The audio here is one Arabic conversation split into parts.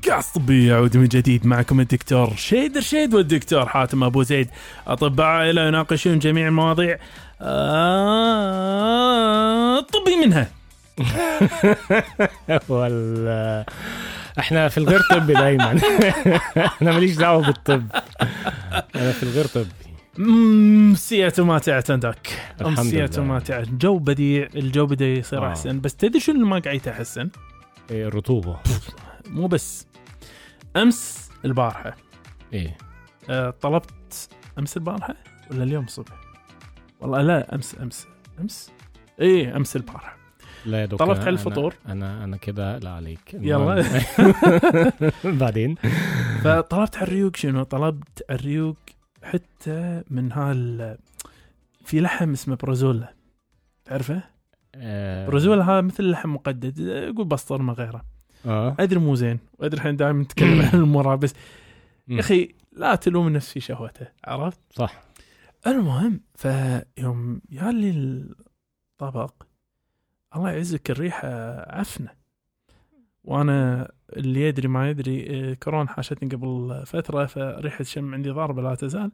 بودكاست طبي يعود من جديد. معكم الدكتور شيد رشيد والدكتور حاتم أبو زيد، أطباء عائلة يناقشون جميع المواضيع طبي منها. احنا في الغير طبي دايما. انا ماليش دعوه بالطب، انا في الغير طبي. سيئة ما تعتندك سيئة ما تعتندك. جو بديع، الجو بدأ يصير أحسن، بس تدري شو اللي ما قاعد يتحسن؟ الرطوبة. مو بس أمس البارحة طلبت أمس البارحة ولا اليوم الصبح؟ والله لا، أمس أمس البارحة. لا يا دكتور، طلبت على الفطور. أنا كده لا عليك يلا. بعدين فطلبت على الريوق. شنو طلبت؟ على الريوق حتى من في لحم اسمه بروزولا، تعرفه؟ بروزولا هذا مثل اللحم مقدد، يقول بسطرمة غيره. أدري مو زين، وأدري الحين دائما نتكلم عن المرة، بس يا أخي لا تلوم النفس في شهوته، عرفت؟ صح. المهم فيوم يالي الطبق، الله يعزك الريحة عفنة، وأنا اللي يدري ما يدري كورونا حاشتني قبل فترة، فريحة شم عندي ضاربة لا تزال.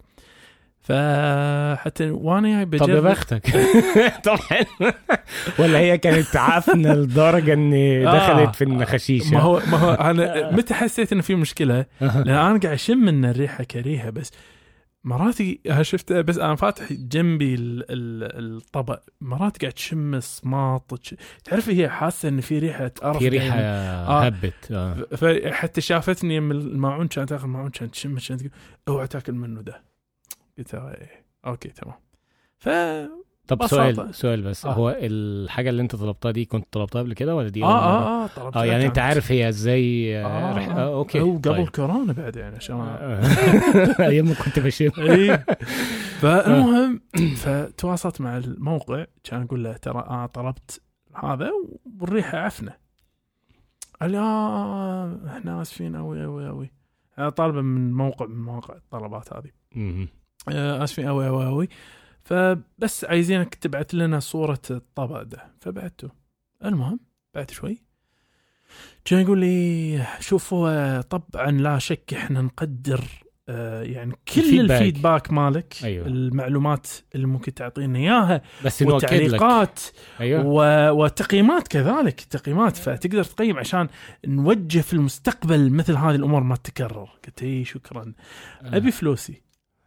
فحتى وانا جاي بجرب. طب يا بختك. طبعا. ولا هي كانت عفنة لدرجة اني دخلت في النخشيشة؟ ما هو انا متى حسيت ان في مشكلة، لان انا قاعد اشم من الريحة كريهة، بس مراتي شفت، بس انا فاتح جنبي الطبق، مرات قاعد تشم صماط، تعرف هي حاسة ان في ريحة قرف، في ريحة هبت. فحتى شافتني من الماعون، كانت تاخذ الماعون، كانت تشم، كانت تقول اوعى تاكل منه ده. قلت اوكي تمام. طب سؤال بس. هو الحاجه اللي انت طلبتها دي كنت طلبتها قبل كده ولا دي طلبتها يعني انت عارف هي ازاي؟ اوكي. قبل كورونا بعد يعني عشان ايام ما كنت بشم. فالمهم فتواصلت مع الموقع، كان اقول له ترى طلبت هذا والريحه عفنه. قال لي احنا اسفين اوي طالبه من موقع من مواقع الطلبات هذه. اسفين اوي فبس عايزينك تبعت لنا صورة الطبق ده. فبعته. المهم بعد شوي كان يقول لي شوفوا، طبعا لا شك احنا نقدر يعني كل الفيدباك مالك. أيوة. المعلومات اللي ممكن تعطينا اياها، بس والتعليقات. أيوة. وتقييمات كذلك، تقييمات، فتقدر تقيم عشان نوجه في المستقبل مثل هذه الامور ما تتكرر. قلت شكرا. ابي فلوسي.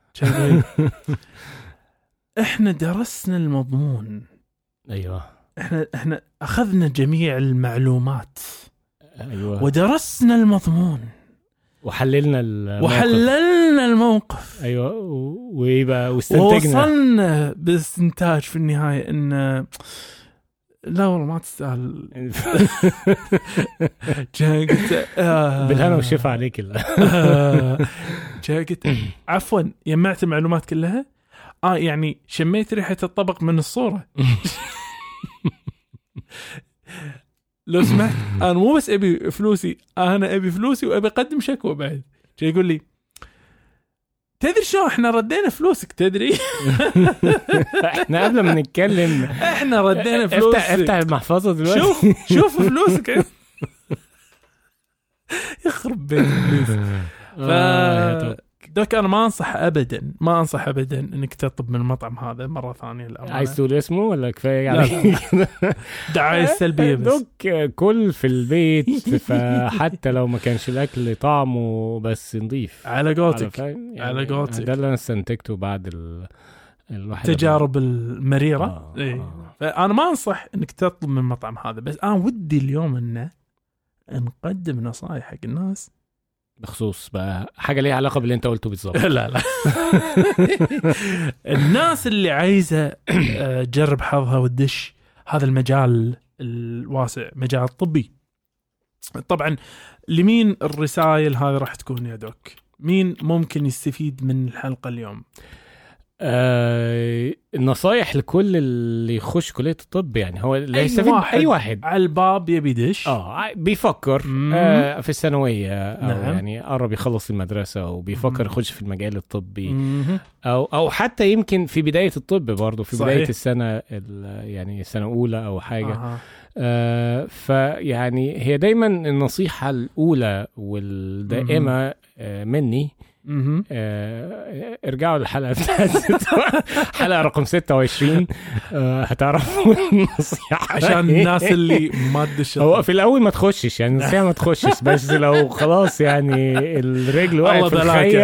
احنا درسنا المضمون. ايوه. احنا اخذنا جميع المعلومات. ايوه. ودرسنا المضمون وحللنا الموقف. ايوه. ويبقى واستنتجنا، وصلنا باستنتاج في النهايه ان لا والله ما تستاهل. قلت بالهنا والشفا عليك. قلت عفوا جمعت المعلومات كلها. يعني شميت ريحة الطبق من الصورة. لو سمحت، أنا مو بس أبي فلوسي، أنا أبي فلوسي وأبي أقدم شكوى بعد. يقول لي تدري شو احنا ردينا فلوسك؟ تدري احنا قبل ما نتكلم احنا ردينا فلوسك. افتح المحفظة دلوقتي. شوف فلوسك. يخرب بيت الفلوس. دوك أنا ما أنصح أبدا إنك تطلب من المطعم هذا مرة ثانية. الأمانة. عايز تقول اسمه ولا كفاية يعني؟ دعاية سلبية بس. دوك كل في البيت، فحتى لو ما كانش الأكل طعمه بس نضيف. على قولتك. يعني على قولتك. ده اللي أنا استنتجته بعد التجارب المريرة. فأنا ما أنصح إنك تطلب من المطعم هذا، بس أنا ودي اليوم إنه نقدم نصائح حق الناس بخصوص بقى حاجة ليها علاقة باللي انت قلته بالظبط. لا الناس اللي عايزة تجرب حظها والدش هذا المجال الواسع، مجال الطبي. طبعا لمين الرسائل هذه راح تكون يا دوك؟ مين ممكن يستفيد من الحلقة اليوم؟ النصايح لكل اللي يخش كلية الطب، يعني هو اللي يستفيد أي واحد على الباب يبي يدش بيفكر في الثانوية أو نعم. يعني قرب يخلص المدرسة وبيفكر يخش في المجال الطبي أو حتى يمكن في بداية الطب برضو في صحيح. بداية السنة يعني السنة أولى أو حاجة. فيعني هي دايما النصيحة الأولى والدائمة مني ارجعوا للحلقة حلقة رقم 26 هتعرفوا النصيحة عشان الناس اللي ما تدش. هو في الأول ما تخشش يعني النصيحة ما تخشش، بس لو خلاص يعني الرجل وقعت في الخية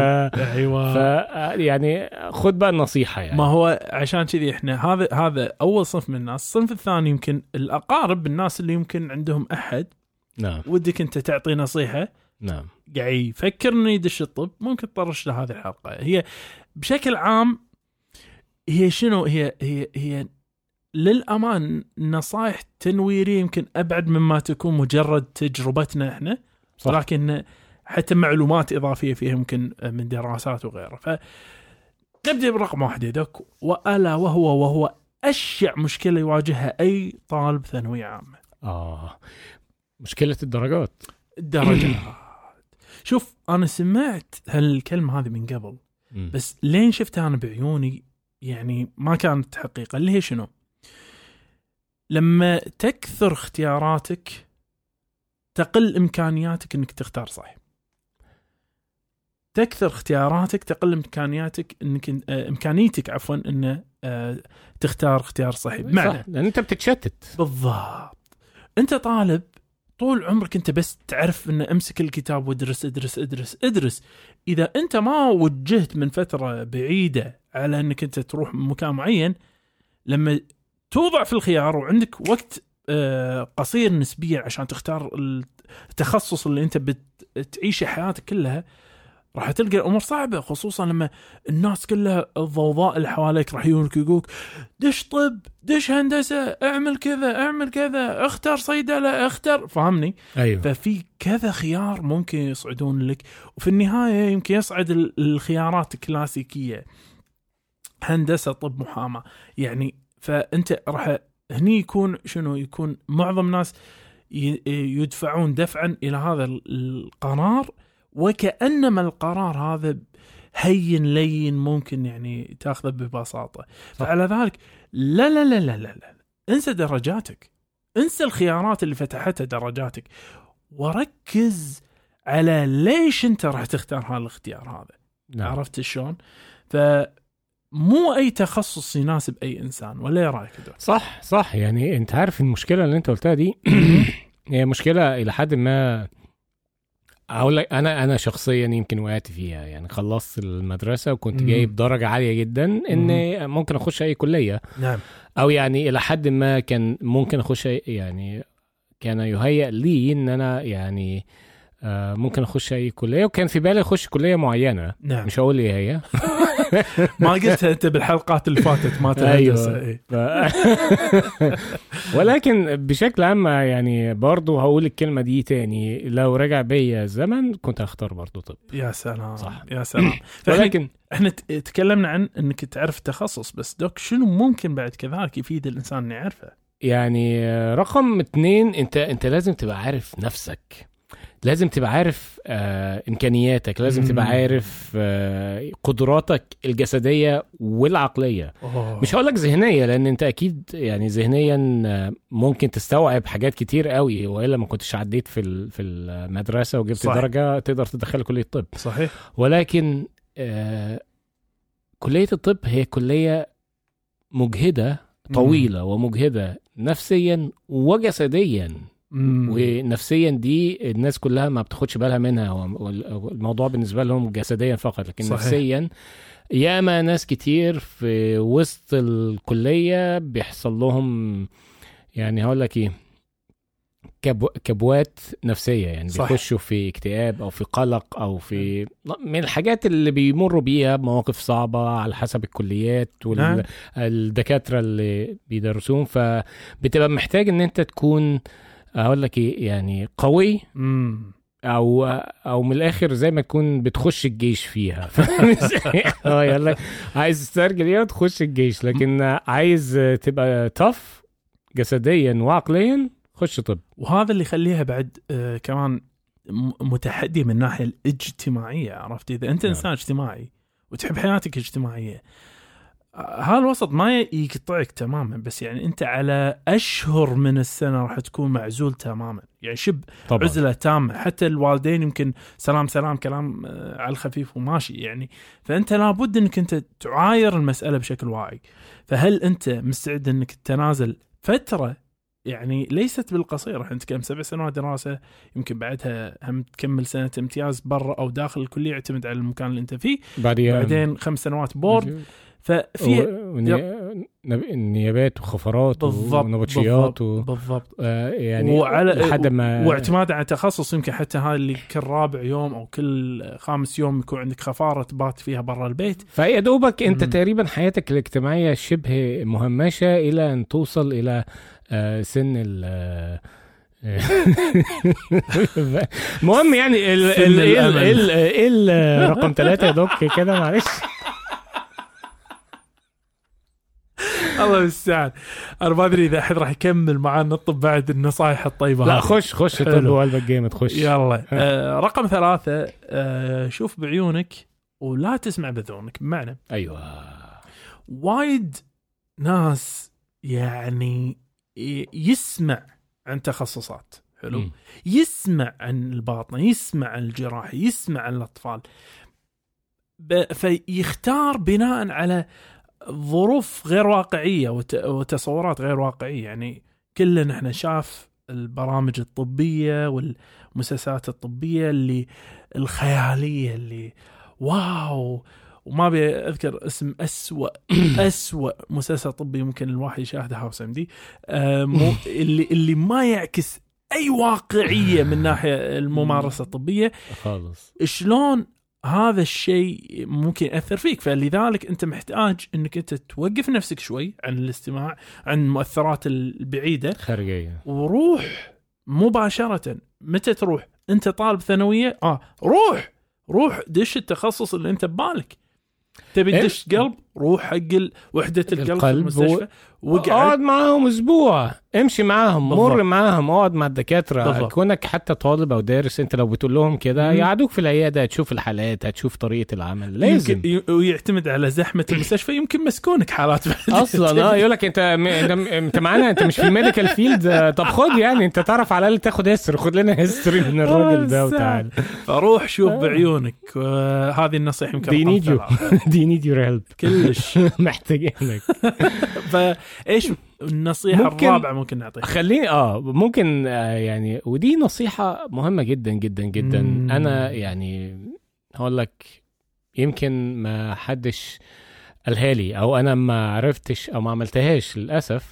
يعني خد بقى النصيحة يعني. ما هو عشان كذي احنا هذا أول صنف من الناس. الصنف الثاني يمكن الأقارب، الناس اللي يمكن عندهم أحد نعم ودك أنت تعطي نصيحة، نعم، قاعد يفكر انه يدش الطب، ممكن تطرش لهذه الحلقه. هي بشكل عام هي شنو هي للأمان نصائح تنويرية يمكن أبعد مما تكون مجرد تجربتنا إحنا، ولكن حتى معلومات إضافية فيها يمكن من دراسات وغيره. فنبدأ برقم 1 يا دوك، وألا وهو أشع مشكلة يواجهها أي طالب ثانوية عامة. مشكلة الدرجات. شوف أنا سمعت هالكلمة هذه من قبل بس لين شفتها أنا بعيوني يعني ما كانت حقيقة. اللي هي شنو؟ لما تكثر اختياراتك تقل إمكانياتك إنك تختار صح. تكثر اختياراتك تقل إمكانياتك إنك إمكانيتك عفوا إن تختار اختيار صحيح. بمعنى لأن أنت بتتشتت. بالضبط. أنت طالب طول عمرك أنت بس تعرف إن أمسك الكتاب وادرس ادرس ادرس ادرس. إذا أنت ما وجهت من فترة بعيدة على أنك أنت تروح مكان معين، لما توضع في الخيار وعندك وقت قصير نسبيا عشان تختار التخصص اللي أنت بتعيش حياتك كلها، راح تلقى الأمور صعبة. خصوصا لما الناس كلها الضوضاء اللي حواليك راح يقولك دش طب، دش هندسة، اعمل كذا اعمل كذا، اختار صيدلة، اختار، فهمني؟ أيوه. ففي كذا خيار ممكن يصعدون لك، وفي النهاية يمكن يصعد الخيارات الكلاسيكية هندسة طب محاماة يعني. فأنت راح هني يكون شنو؟ يكون معظم الناس يدفعون دفعا إلى هذا القرار، وكأنما القرار هذا هين لين ممكن يعني تاخذه ببساطة. فعلى ذلك لا لا لا لا لا لا، انسى درجاتك، انسى الخيارات اللي فتحتها درجاتك، وركز على ليش انت راح تختار هذا الاختيار هذا. نعم. عرفت شلون؟ فمو اي تخصص يناسب اي انسان. ولا ايه رايك؟ صح يعني انت عارف المشكلة اللي انت قلتها دي هي مشكلة الى حد ما. اقول لك انا شخصيا يمكن وقعت فيها. يعني خلصت المدرسه وكنت جايب درجه عاليه جدا ان ممكن اخش اي كليه. نعم. او يعني الى حد ما كان ممكن اخش يعني كان يهيأ لي ان انا يعني ممكن اخش اي كليه، وكان في بالي اخش كليه معينه. نعم. مش هقول لي هي ما قلتها انت بالحلقات اللي فاتت ما تهندسه. أيوة. ولكن بشكل عام يعني برضو هقول الكلمه دي تاني، لو رجع بيا الزمن كنت هختار برضو طب. يا سلام. صح. يا سلام. ولكن احنا تكلمنا عن انك تعرف تخصص، بس دوك شنو ممكن بعد كذلك يفيد الانسان انه يعرفه؟ يعني رقم 2 انت لازم تبقى عارف نفسك، لازم تبقى عارف إمكانياتك، لازم تبقى عارف قدراتك الجسدية والعقلية. مش هقولك ذهنية، لأن أنت أكيد يعني ذهنيا ممكن تستوعب حاجات كتير قوي، وإلا ما كنتش عديت في المدرسة وجبت صحيح. درجة تقدر تدخل كلية الطب. صحيح. ولكن كلية الطب هي كلية مجهدة طويلة ومجهدة نفسيا وجسديا. ونفسيا دي الناس كلها ما بتاخدش بالها منها، والموضوع بالنسبة لهم جسديا فقط، لكن صحيح. نفسيا ياما ناس كتير في وسط الكلية بيحصل لهم يعني هقول لك ايه كبوات نفسية، يعني بيخشوا في اكتئاب او في قلق او في من الحاجات اللي بيمروا بيها بمواقف صعبة على حسب الكليات والدكاترة اللي بيدرسون. فبتبقى محتاج ان انت تكون اقول لك ايه يعني قوي او من الاخر زي ما تكون بتخش الجيش فيها. يلا عايز تسترجل ايه تخش الجيش، لكن عايز تبقى tough جسديا وعقليا خش طب. وهذا اللي يخليها بعد كمان متحدي من الناحية الاجتماعية. عرفت؟ إذا أنت إنسان اجتماعي وتحب حياتك اجتماعية، هذا الوسط ما يقطعك تماما، بس يعني أنت على أشهر من السنة راح تكون معزول تماما، يعني شب طبعا. عزلة تامة. حتى الوالدين يمكن سلام كلام على الخفيف وماشي يعني. فأنت لابد أنك أنت تعاير المسألة بشكل واعي. فهل أنت مستعد أنك تنازل فترة يعني ليست بالقصيرة؟ أنت كم 7 سنوات دراسة، يمكن بعدها هم تكمل سنة امتياز برا أو داخل الكلية، يعتمد على المكان اللي أنت فيه. بعدين 5 سنوات بورد. ففي نيابات وخفرات ونبطشيات بالضبط يعني لحد ما واعتماد على تخصص. يمكن حتى هاي اللي كل رابع يوم أو كل 5 يوم يكون عندك خفارة تبات فيها برا البيت. فيا دوبك أنت تقريبا حياتك الاجتماعية شبه مهمشة إلى أن توصل إلى سن المهم يعني رقم 3 يا دوك كده معلش. الله يستعان. أنا ما أدري إذا أحد راح يكمل معنا الطب بعد النصائح الطيبة. لا خش طب وقلبك جيم تخش. يلا رقم 3 شوف بعيونك ولا تسمع بذونك. بمعنى أيوة وايد ناس يعني يسمع عن تخصصات حلو يسمع عن الباطنة، يسمع عن الجراحة، يسمع عن الأطفال، فيختار بناء على ظروف غير واقعية وتصورات غير واقعية. يعني كلنا احنا شاف البرامج الطبية والمسلسلات الطبية اللي الخيالية اللي واو، وما بأذكر اسم أسوأ مسلسل طبي ممكن الواحد يشاهده هاوس ام دي، اللي ما يعكس أي واقعية من ناحية الممارسة الطبية خالص. شلون هذا الشيء ممكن يأثر فيك؟ فلذلك أنت محتاج أنك أنت توقف نفسك شوي عن الاستماع عن المؤثرات البعيدة خارجية، وروح مباشرة. متى تروح؟ أنت طالب ثانوية، روح دش التخصص اللي أنت ببالك. تبي تدش قلب، روح حق وحدة القلب في المستشفى اقعد معاهم اسبوع، امشي معاهم، مر معاهم، اقعد مع الدكاتره. كونك حتى طالب او دارس، انت لو بتقول لهم كده يقعدوا في العياده، هتشوف الحالات، هتشوف طريقه العمل. لازم ويعتمد على زحمه المستشفى، يمكن مسكونك حالات اصلا. يقول لك انت معانا، انت مش في الميديكال فيلد، طب خد يعني انت تعرف على الاقل تاخد هيستوري، خد لنا هيستوري من الراجل ده وتعال. فروح شوف بعيونك. هذه النصيحه يمكن دي نيد يور هيلب كلش محتاجينك. فايش النصيحة الرابعة ممكن نعطيها؟ خليني ممكن يعني، ودي نصيحة مهمة جدا جدا جدا. أنا يعني هقول لك يمكن ما حدش قالها لي، أو أنا ما عرفتش أو ما عملتهاش للأسف،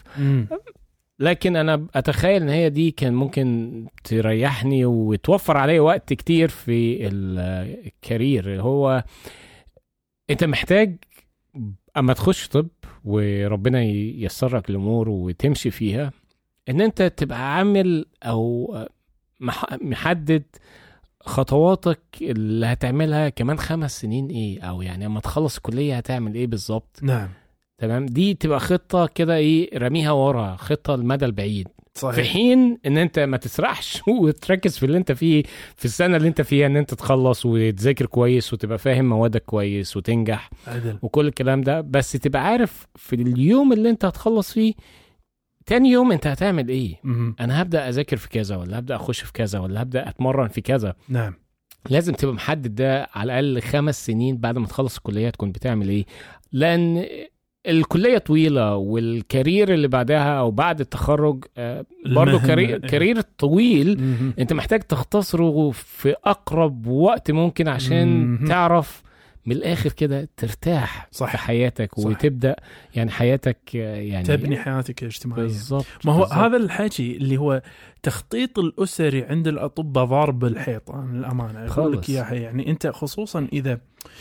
لكن أنا أتخيل إن هي دي كان ممكن تريحني وتوفر علي وقت كتير في الكارير. هو أنت محتاج أما تخش طب وربنا ييسرك الأمور وتمشي فيها، إن أنت تبقى عامل أو محدد خطواتك اللي هتعملها كمان 5 سنين إيه، أو يعني أما تخلص الكلية هتعمل إيه بالظبط. نعم تمام. دي تبقى خطة كده رميها ورا، خطة المدى البعيد. صحيح. في حين ان انت ما تسرحش وتركز في اللي انت فيه في السنة اللي انت فيها، ان انت تخلص وتذاكر كويس وتبقى فاهم موادك كويس وتنجح عدل. وكل الكلام ده، بس تبقى عارف في اليوم اللي انت هتخلص فيه تاني يوم انت هتعمل ايه. انا هبدأ اذاكر في كذا، ولا هبدأ اخش في كذا، ولا هبدأ اتمرن في كذا. نعم. لازم تبقى محدد ده على الاقل 5 سنين بعد ما تخلص الكلية تكون بتعمل ايه، لان الكلية طويلة، والكارير اللي بعدها أو بعد التخرج برضو كارير طويل. أنت محتاج تختصره في أقرب وقت ممكن عشان تعرف من الآخر كده ترتاح صح. في حياتك. صح. وتبدأ يعني حياتك يعني تبني حياتك الاجتماعية بالضبط. ما هو هذا الحكي اللي هو تخطيط الأسري عند الأطباء ضارب الحيط الأمانة أقول لك إياها. يعني أنت خصوصا إذا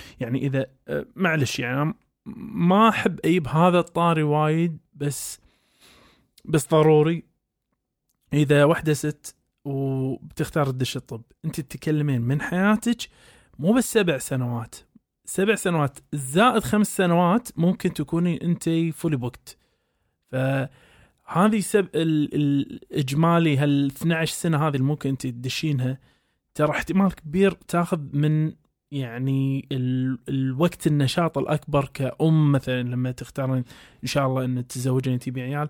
معلش يعني ما أحب أجيب هذا الطاري وايد، بس ضروري إذا وحدة ست وبتختار تدش الطب، انت تتكلمين من حياتك مو بس 7 سنوات، 7 سنوات زائد 5 سنوات ممكن تكوني انت فولي بوكت. فهذه الإجمالي 12 سنة هذه ممكن انت تدشينها، ترى احتمال كبير تاخذ من يعني الوقت النشاط الأكبر كأم مثلا لما تختارين إن شاء الله أن تتزوجين تبي عيال.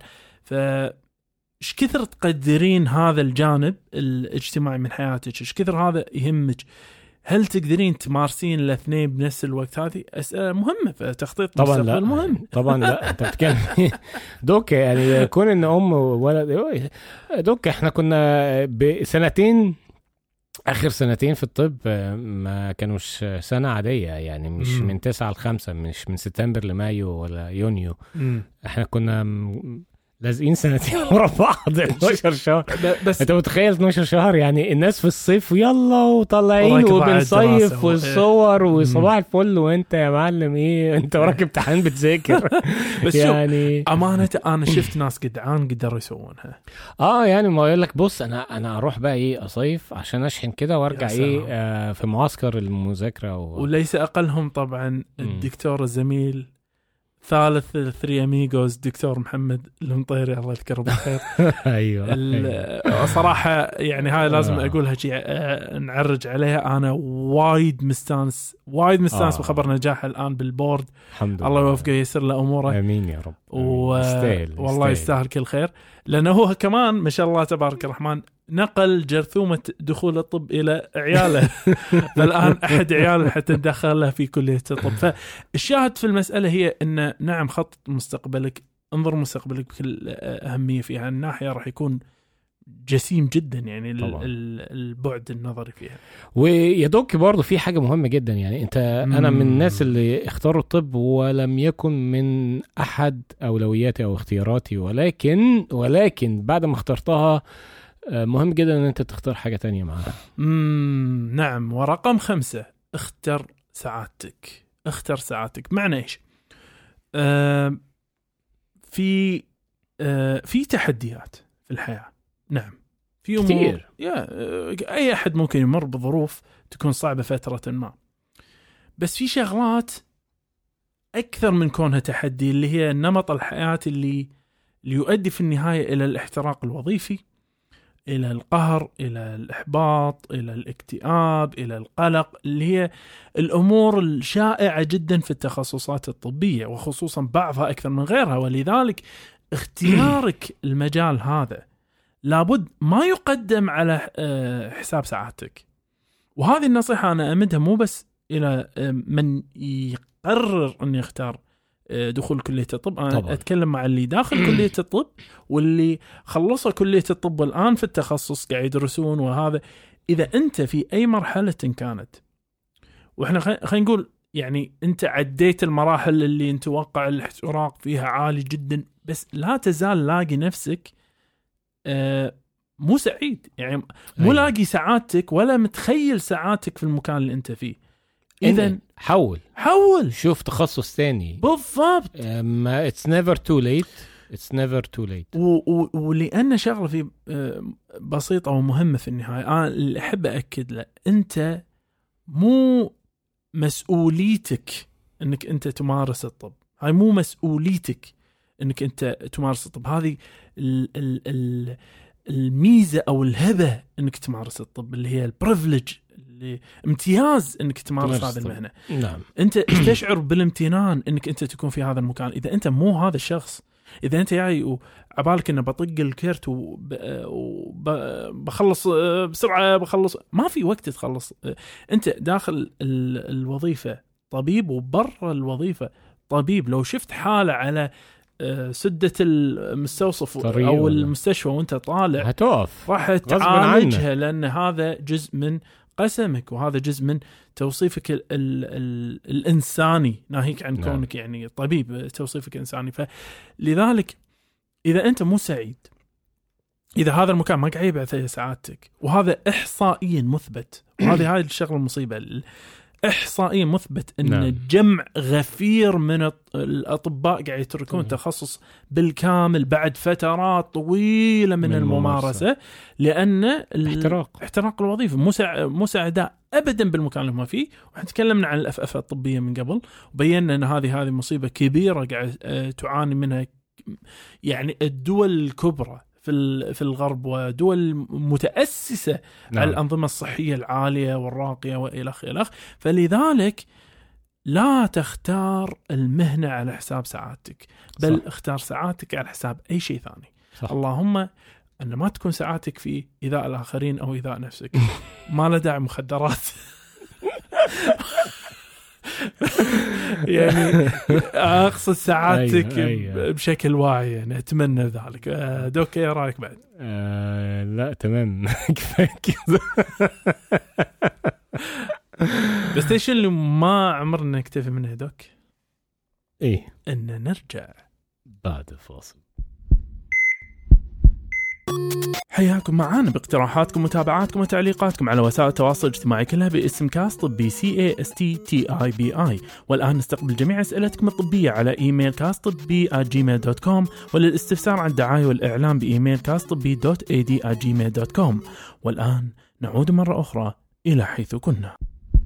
فإيش كثر تقدرين هذا الجانب الاجتماعي من حياتك، إيش كثر هذا يهمك، هل تقدرين تمارسين الاثنين بنفس الوقت؟ هذه أسئلة مهمة، فتخطيط طبعا مستقبل لا مهم. طبعا لا. انت بتتكلم دوكا يعني يكون ان ام وولد دوكا. احنا كنا بسنتين، اخر سنتين في الطب ما كانوش سنة عادية يعني، مش من 9 ل5، مش من سبتمبر لمايو ولا يونيو. احنا كنا لازقين سنتين ورا بعض 12 شهر. بس انت متخيل 12 شهر يعني الناس في الصيف يلا وطالعين وبنصيف والصور وصباح الفل، وانت يا معلم ايه انت وراك امتحان بتذاكر. بس يعني امانه انا شفت ناس جدعان قدروا يسوونها. يعني ما يقول لك بص انا اروح بقى ايه اصيف عشان اشحن كده وارجع ايه في معسكر المذاكره وليس اقلهم طبعا الدكتور الزميل ثالث 3 أميغوز دكتور محمد المطيري الله يذكره بالخير. أيوة. صراحة يعني هاي لازم أقولها شيء نعرج عليها. أنا وايد مستانس بخبر نجاح الآن بالبورد. الله يوفقه ييسر له أموره. آمين يا رب. والله يستاهل كل خير، لأنه هو كمان ما شاء الله تبارك الرحمن نقل جرثومة دخول الطب إلى عياله. فالآن أحد عياله حتى ندخله في كلية الطب. فالشاهد في المسألة هي أن نعم خطط مستقبلك، انظر مستقبلك بكل أهمية فيها. الناحية راح يكون جسيم جدا يعني البعد النظري فيها. ويا دوك برضو في حاجة مهمة جدا يعني انت انا من الناس اللي اختاروا الطب ولم يكن من احد اولوياتي او اختياراتي، ولكن بعد ما اخترتها مهم جدا ان انت تختار حاجة تانية معها. نعم. ورقم 5 اختر سعادتك. معنى ايش؟ في تحديات في الحياة. نعم في أمور كتير. أي أحد ممكن يمر بظروف تكون صعبة فترة ما، بس في شغلات أكثر من كونها تحدي، اللي هي نمط الحياة اللي يؤدي في النهاية إلى الاحتراق الوظيفي، إلى القهر، إلى الإحباط، إلى الاكتئاب، إلى القلق، اللي هي الأمور الشائعة جدا في التخصصات الطبية، وخصوصا بعضها أكثر من غيرها. ولذلك اختيارك المجال هذا لابد ما يقدم على حساب سعادتك. وهذه النصيحة أنا أمدها مو بس إلى من يقرر أن يختار دخول كلية الطب، أنا طبعا أتكلم مع اللي داخل كلية الطب واللي خلصوا كلية الطب والآن في التخصص قاعد يدرسون. وهذا إذا أنت في أي مرحلة كانت، وإحنا خلينا نقول يعني أنت عديت المراحل اللي نتوقع الاحتراق فيها عالي جدا، بس لا تزال لاقي نفسك مو سعيد، يعني مو لاقي سعادتك ولا متخيل سعادتك في المكان اللي أنت فيه. إذن حول شوف تخصص ثاني. بالضبط. It's never too late. ولأن شغلة في بسيطة ومهمة في النهاية، أنا اللي أحب أكد له، أنت مو مسؤوليتك أنك أنت تمارس الطب. هاي مو مسؤوليتك أنك أنت تمارس الطب. هذه الميزة أو الهبة أنك تمارس الطب، اللي هي البريفليج، امتياز انك تمارس هذه المهنه. نعم. انت تشعر بالامتنان انك انت تكون في هذا المكان. اذا انت مو هذا الشخص، اذا انت جاي وعبالك انه بطق الكرت وبخلص بسرعه، بخلص ما في وقت تخلص. انت داخل الوظيفه طبيب وبرا الوظيفه طبيب. لو شفت حاله على سدة المستوصف او المستشفى وانت طالع هتوقف، راح تعالجها، لان هذا جزء من قسمك، وهذا جزء من توصيفك الإنساني، ناهيك عن كونك يعني طبيب، توصيفك إنساني. فلذلك إذا أنت مو سعيد، إذا هذا المكان ما قاعد يبعث سعادتك، وهذا إحصائيا مثبت، وهذه الشغلة المصيبة، إحصائيا مثبت أن نعم. جمع غفير من الأطباء قاعد يتركون تخصص بالكامل بعد فترات طويلة من الممارسة لأن الاحتراق الوظيفي مو سعداء أبدا بالمكان اللي هم فيه. وإحنا تكلمنا عن الأفأفة الطبية من قبل وبينا أن هذه مصيبة كبيرة قاعد تعاني منها يعني الدول الكبرى في الغرب ودول متأسسة على الأنظمة الصحية العالية والراقية وإلخ. فلذلك لا تختار المهنة على حساب سعادتك، بل اختار سعادتك على حساب أي شيء ثاني. اللهم أن ما تكون سعادتك في إيذاء الآخرين أو إيذاء نفسك. ما له داعي مخدرات. يعني أقصد سعادتك بشكل واعي، يعني أتمنى ذلك. دوك يا رأيك بعد؟ لا تمام كفاية كذا. بس ايش اللي ما عمرنا نكتفي منه دوك؟ ايه ان نرجع بعد الفاصل. حياكم معانا باقتراحاتكم ومتابعاتكم وتعليقاتكم على وسائل التواصل الاجتماعي كلها باسم كاست طبي CASTTIBI. والآن نستقبل جميع أسئلتكم الطبية على إيميل castطبي@gmail.com وللاستفسار عن الدعاية والإعلام بإيميل castطبي.ad@gmail.com. والآن نعود مرة أخرى إلى حيث كنا.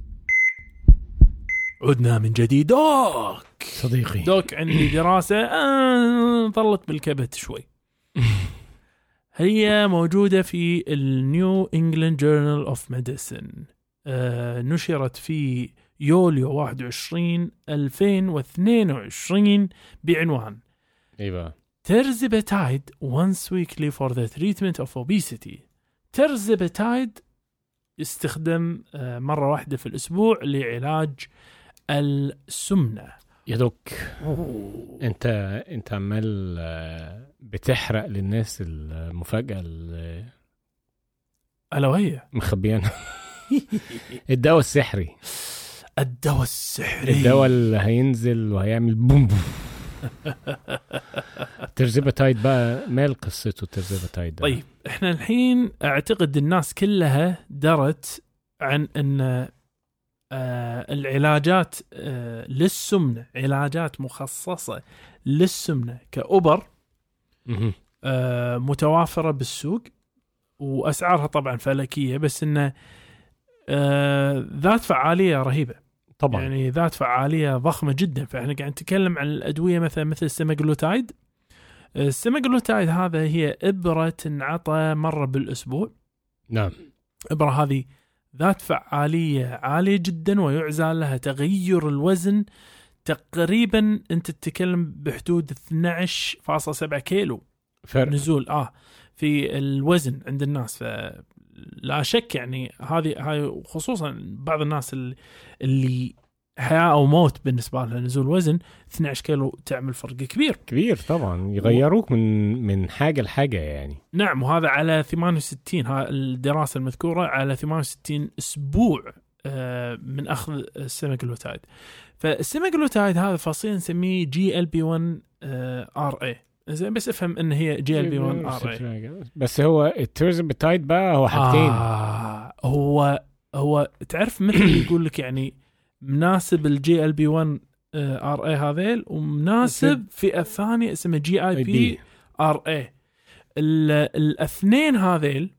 عدنا من جديد. دوك صديقي دوك عندي دراسة ظلت بالكبت شوي. هي موجودة في النيو إنجلاند جورنال أوف ميديسن، نشرت في يوليو 21 2022 بعنوان Tirzepatide once weekly for the treatment of obesity. Tirzepatide يستخدم مرة واحدة في الأسبوع لعلاج السمنة. يا دوك انت عمال بتحرق للناس المفاجأة ألا وهي مخبيانا. الدواء السحري الدواء اللي هينزل وهيعمل بوم بوم. تيرزيباتايد بقى مال قصته تيرزيباتايد. طيب احنا الحين اعتقد الناس كلها درت عن ان العلاجات للسمنة، علاجات مخصصة للسمنة كأوبر متوافرة بالسوق وأسعارها طبعا فلكية، بس إنه ذات فعالية رهيبة طبعا، يعني ذات فعالية ضخمة جدا. فإحنا قاعد نتكلم عن الأدوية مثل السيماغلوتايد. السيماغلوتايد هذا هي إبرة تنعطى مرة بالأسبوع. نعم. إبرة هذه ذات فعالية عالية جدا ويعزى لها تغير الوزن تقريبا انت تتكلم بحدود 12.7 كيلو فرق نزول في الوزن عند الناس. فلا شك يعني هاي خصوصا بعض الناس اللي حياة أو موت بالنسبة لها نزول وزن 12 كيلو تعمل فرق كبير طبعا، يغيروك من حاجة لحاجة يعني. نعم، وهذا على 68 الدراسة المذكورة على 68 أسبوع من أخذ السيماغلوتايد. فالسيماغلوتايد هذا فصيل نسميه GLP-1 RA. زين بس افهم ان هي GLP-1 RA. بس هو التيرزيباتايد بقى هو حاجتين. هو تعرف مثل يقول لك يعني مناسب GLP-1 RA هذيل ومناسب فئة ثانية اسمها GIP RA. الاثنين هذيل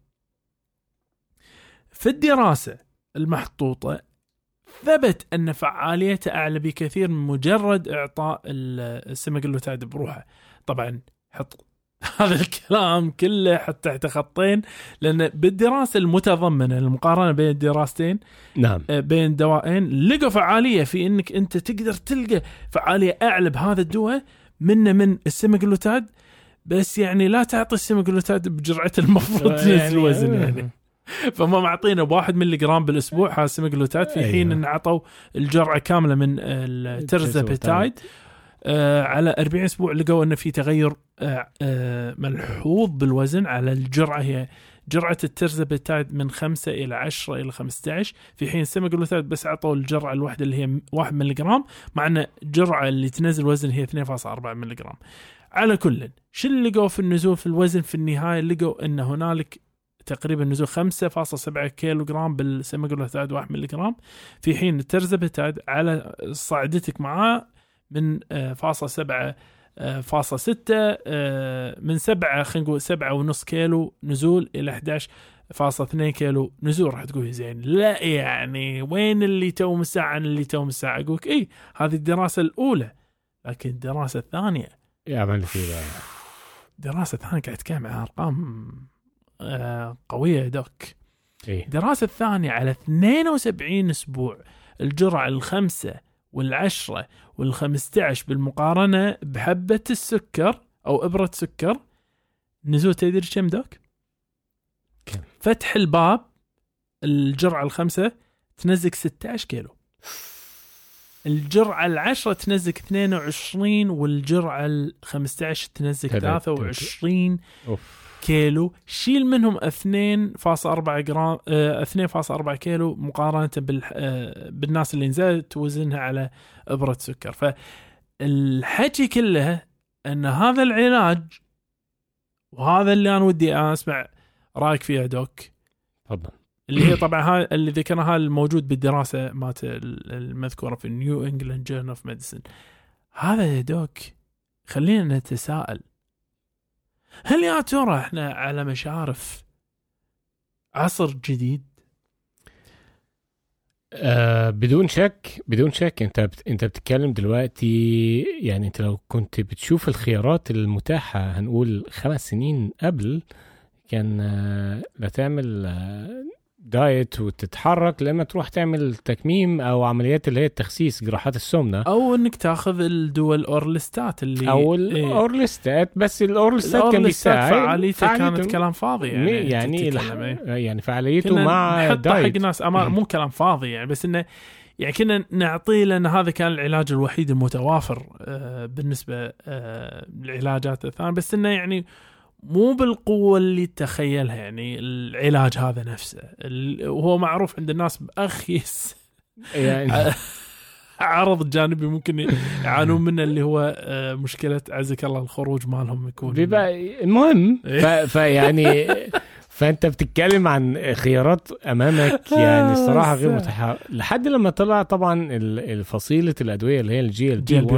في الدراسة المحطوطة ثبت أن فعاليته أعلى بكثير من مجرد إعطاء السيماغلوتايد بروحه. طبعا حط هذا الكلام كله حتى تحت خطين، لأن بالدراسة المتضمنة المقارنة بين الدراستين نعم بين دوائين لقوا فعالية في إنك أنت تقدر تلقى فعالية أعلى بهذا الدواء من السيماغلوتايد، بس يعني لا تعطي السيماغلوتايد بجرعته المفروض تنزل الوزن يعني. فما معطينا 1 ملغ بالأسبوع هذا السيماغلوتايد في حين إن عطوا الجرعة كاملة من التيرزيباتايد على 40 أسبوع. لقوا أن في تغير ملحوظ بالوزن على الجرعة. هي جرعة التيرزيباتايد من 5 إلى 10 إلى 15، في حين السيماغلوتايد بس عطوا الجرعة الواحدة اللي هي 1 ملغ، مع أن الجرعة اللي تنزل وزن هي 2.4 ملغ. على كل شو اللي لقوا في النزول في الوزن في النهاية؟ لقوا أن هنالك تقريبا نزول 5.7 كيلو جرام بالسيماغلوتايد 1 ملي جرام، في حين الترزبتايد على صعدتك معاه من 0.7 من 7 خلينا نقول 7.5 كيلو نزول إلى 11.2 كيلو نزول. راح تقول زين لا يعني وين اللي تو مساعة عن اللي تو مساعة؟ أقولك إيه هذه الدراسة الأولى، لكن الدراسة الثانية يعمل فيها دراسة ثانية قاعد تتكلم عن أرقام قوية دوك. إيه؟ دراسة ثانية على 72 أسبوع، الجرعة 5 و10 و15 بالمقارنة بحبة السكر أو إبرة سكر، نزول تدري كم دوك؟ كم؟ فتح الباب الجرعة 5 تنزك 16 كيلو، الجرعة 10 تنزك 22، والجرعة 15 تنزك 23 كيلو. شيل منهم 2.4 جرام 2.4 كيلو مقارنة بالناس اللي نزلت وزنها على إبرة سكر. فالحكي كله أن هذا العلاج، وهذا اللي أنا ودي أسمع رأيك فيها دوك. تفضل. اللي هي طبعا اللي ذكرها الموجود بالدراسة مات المذكورة في نيو إنجلاند جورنال اوف ميديسن. هذا يا دوك خلينا نتساءل، هل يا ترى احنا على مشارف عصر جديد؟ بدون شك انت بتتكلم دلوقتي، يعني انت لو كنت بتشوف الخيارات المتاحة هنقول 5 سنين قبل، كان لا تعمل دايت وتتحرك، لما تروح تعمل تكميم او عمليات اللي هي التخسيس، جراحات السمنة، او انك تاخذ الدول اورلستات اللي او الاورلستات. بس الاورلستات كان بيساعد، فعاليته كانت كلام فاضي يعني فعاليته مع دايت حق ناس مو كلام فاضي يعني، بس انه يعني كنا نعطيه لان هذا كان العلاج الوحيد المتوافر بالنسبة للعلاجات الثانية، بس انه يعني مو بالقوة اللي تخيلها. يعني العلاج هذا نفسه وهو معروف عند الناس بأخيس يعني عرض جانبي ممكن يعانون منه، اللي هو مشكلة عزك الله الخروج مالهم يكون بيبقى المهم. فيعني فأنت بتتكلم عن خيارات أمامك يعني الصراحة غير متاحة، لحد لما طلع طبعا الفصيلة الأدوية اللي هي الجي ال بي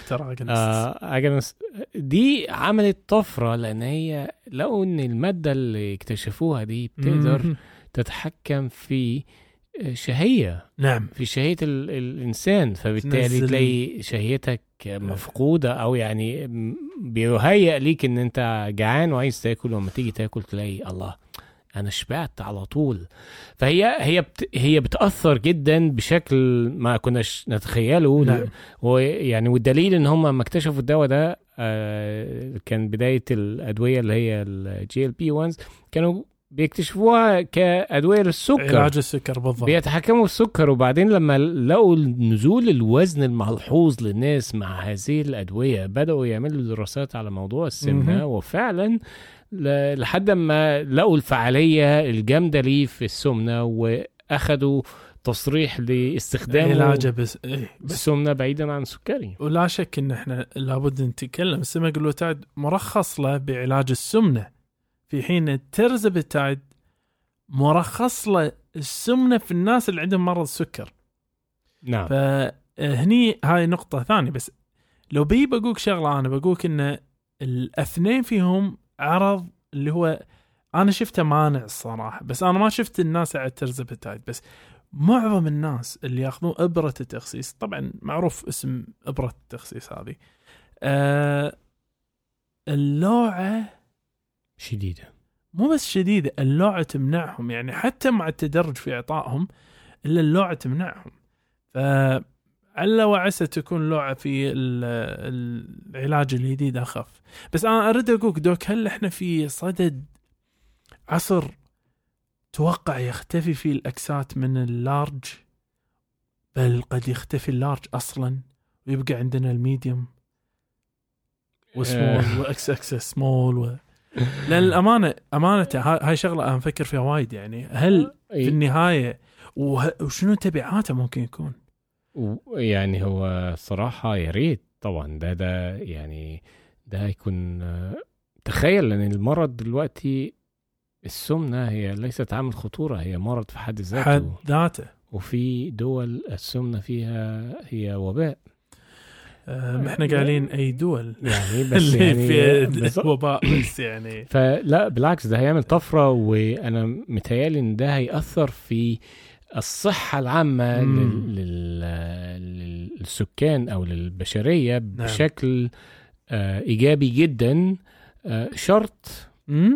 1 دي عملت طفرة، لأن هي لقوا إن المادة اللي اكتشفوها دي بتقدر تتحكم في شهية، نعم، في شهية الإنسان، فبالتالي تلاقي شهيتك مفقودة، أو يعني بيهيأ ليك إن أنت جعان وعايز تاكل، وما تيجي تاكل تلاقي الله أنا شبعت على طول. فهي بتأثر جدا بشكل ما كناش نتخيله. نعم. ويعني والدليل إن هم ما اكتشفوا الدواء ده كان بداية الأدوية اللي هي الجي ال بي 1 كانوا بيكتشفوها كأدوية للسكر، علاج السكر بالضبط، بيتحكموا السكر. وبعدين لما لقوا نزول الوزن الملحوظ للناس مع هذه الأدوية، بدأوا يعملوا دراسات على موضوع السمنة، وفعلا لحد ما لقوا الفعالية الجامدة ليه في السمنة، وأخدوا تصريح لاستخدام علاجه بالسمنة بعيدا عن السكري. ولا شك ان احنا لابد نتكلم، السيماغلوتايد مرخص له بعلاج السمنة، في حين الترزبتايد مرخص له السمنة في الناس اللي عندهم مرض السكر. نعم. فهني هاي نقطة ثانية. بس لو بقولك شغلة، أنا بقولك إن الاثنين فيهم عرض اللي هو أنا شفته مانع الصراحة، بس أنا ما شفت الناس على الترزبتايد. بس معظم الناس اللي يأخذون إبرة التخسيس، طبعا معروف اسم إبرة التخسيس هذه، اللوعة شديدة، مو بس شديدة، اللوعة تمنعهم، يعني حتى مع التدرج في إعطائهم إلا اللوعة تمنعهم. فعلى وعسى تكون اللوعة في العلاج الجديد أخف. بس أنا أريد أقولك دوك، هل إحنا في صدد عصر توقع يختفي فيه الأكسات من اللارج، بل قد يختفي اللارج أصلا ويبقى عندنا الميديوم وسمول وإكس إكس سمول لأن الأمانة هاي شغلة أنا أفكر فيها وايد. يعني هل في النهاية وشنو تبعاته ممكن يكون؟ يعني هو صراحة يا ريت طبعا ده يكون تخيل، لأن المرض دلوقتي السمنة هي ليست عامل خطورة، هي مرض في حد ذاته. وفي دول السمنة فيها هي وباء. احنا قايلين اي دول يعني بس اللي يعني في وباء بس يعني. فلا بالعكس، ده هيعمل طفرة، وانا متهيالي ان ده هيأثر في الصحة العامة للسكان او للبشرية بشكل ايجابي جدا. شرط